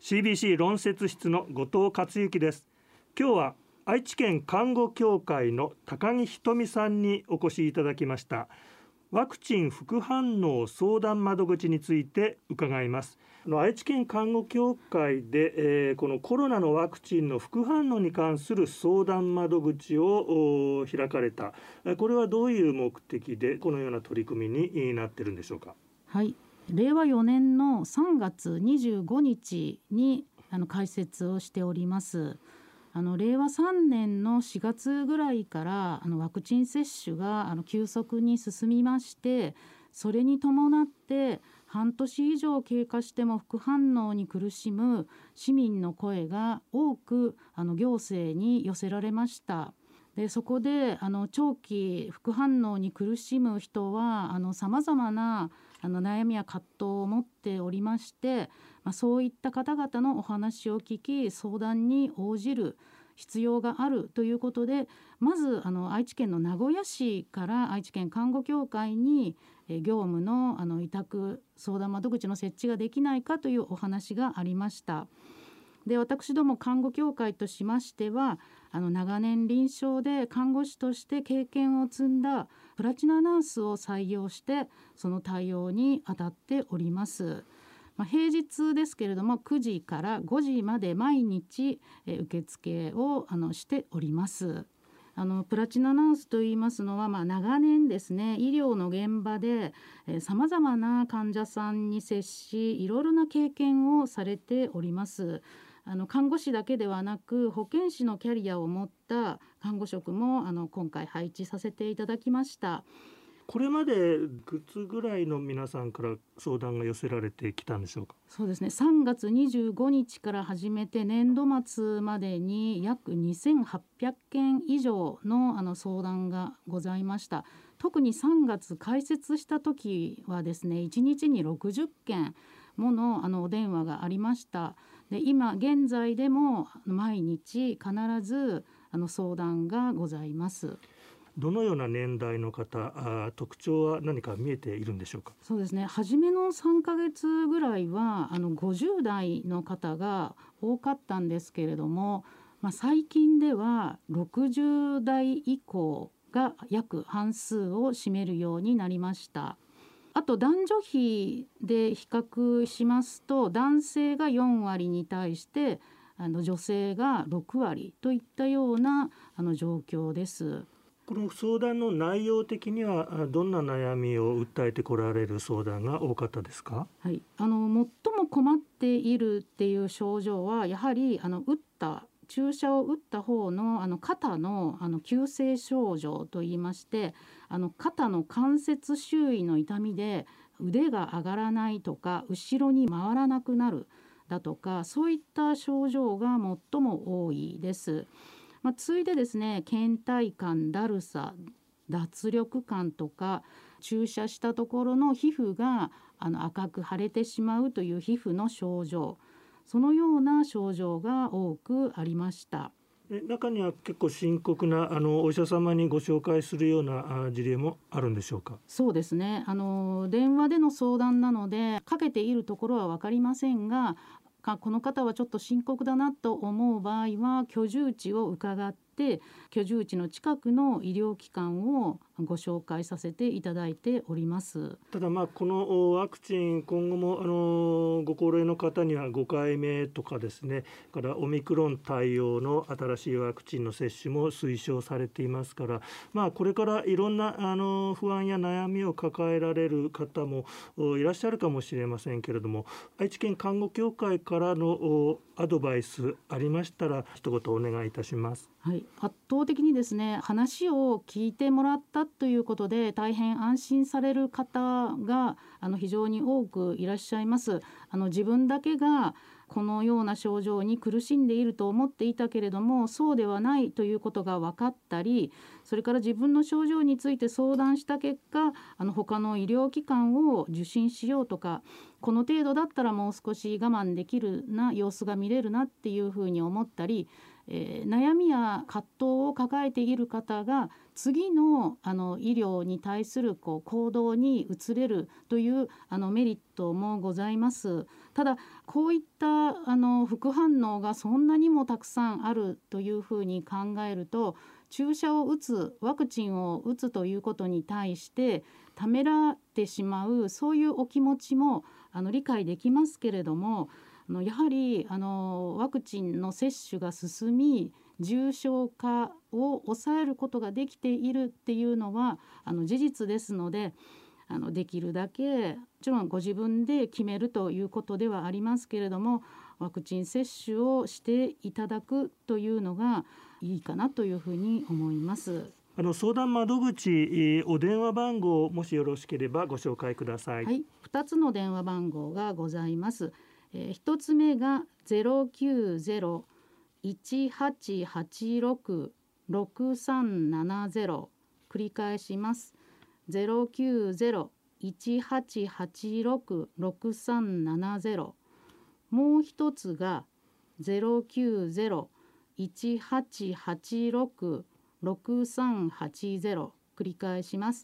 CBC 論説室の後藤克之です。今日は愛知県看護協会の高木ひとみさんにお越しいただきました。ワクチン副反応相談窓口について伺います。愛知県看護協会で、このコロナのワクチンの副反応に関する相談窓口を開かれた。これはどういう目的でこのような取り組みになっているんでしょうか。 はい、令和4年の3月25日に開設をしております。令和3年の4月ぐらいからワクチン接種が急速に進みまして、それに伴って半年以上経過しても副反応に苦しむ市民の声が多く行政に寄せられました。でそこで長期副反応に苦しむ人はさまざまな悩みや葛藤を持っておりまして、そういった方々のお話を聞き相談に応じる必要があるということで、まず愛知県の名古屋市から愛知県看護協会に業務の委託相談窓口の設置ができないかというお話がありました。で私ども看護協会としましては長年臨床で看護師として経験を積んだプラチナナースを採用してその対応に当たっております。平日ですけれども9時から5時まで毎日受付をしております。プラチナナースといいますのは、長年ですね医療の現場でさまざまな患者さんに接しいろいろな経験をされております。看護師だけではなく保健師のキャリアを持った看護職も今回配置させていただきました。 これまでいくつぐらいの皆さんから相談が寄せられてきたんでしょうか。 そうですね、3月25日から始めて年度末までに約2800件以上の相談がございました。特に3月開設した時はですね1日に60件ものお電話がありました。で今現在でも毎日必ず相談がございます。 どのような年代の方、特徴は何か見えているんでしょうか。 そうですね、初めの3ヶ月ぐらいは50代の方が多かったんですけれども、最近では60代以降が約半数を占めるようになりました。あと男女比で比較しますと男性が4割に対して女性が6割といったような状況です。 この相談の内容的にはどんな悩みを訴えてこられる相談が多かったですか。 はい、最も困っているっていう症状はやはり注射を打った方の肩の急性症状といいまして、肩の関節周囲の痛みで腕が上がらないとか後ろに回らなくなるだとか、そういった症状が最も多いです。次いでですね倦怠感、だるさ、脱力感とか注射したところの皮膚が赤く腫れてしまうという皮膚の症状、そのような症状が多くありました。 中には結構深刻なお医者様にご紹介するような事例もあるんでしょうか。 そうですね、電話での相談なのでかけているところは分かりませんが、この方はちょっと深刻だなと思う場合は居住地を伺って居住地の近くの医療機関をご紹介させていただいております。 ただこのワクチン今後もご高齢の方には5回目とかですねからオミクロン対応の新しいワクチンの接種も推奨されていますから、これからいろんな不安や悩みを抱えられる方もいらっしゃるかもしれませんけれども、愛知県看護協会からのアドバイスありましたら一言お願いいたします。 はい、圧倒的にですね話を聞いてもらったということで大変安心される方が非常に多くいらっしゃいます。自分だけがこのような症状に苦しんでいると思っていたけれどもそうではないということが分かったり、それから自分の症状について相談した結果他の医療機関を受診しようとか、この程度だったらもう少し我慢できるな様子が見れるなっていうふうに思ったり、 悩みや葛藤を抱えている方が次の医療に対する行動に移れるというメリットもございます。ただこういった副反応がそんなにもたくさんあるというふうに考えると、注射を打つ、ワクチンを打つということに対してためらってしまう、そういうお気持ちも理解できますけれども、やはりワクチンの接種が進み重症化を抑えることができているっていうのは事実ですので、できるだけもちろんご自分で決めるということではありますけれども、ワクチン接種をしていただくというのがいいかなというふうに思います。 相談窓口、お電話番号もしよろしければご紹介ください。 はい、2つの電話番号がございます。1つ目が 090-1886-6370、繰り返します。 090-1886-6370。もう一つが 090-1886-6380、繰り返します。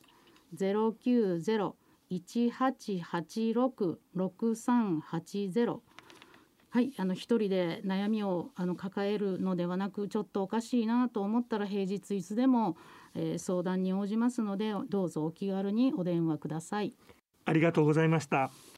090-1886-6380。はい、一人で悩みを抱えるのではなく、ちょっとおかしいなと思ったら平日いつでも、相談に応じますので、どうぞお気軽にお電話ください。 ありがとうございました。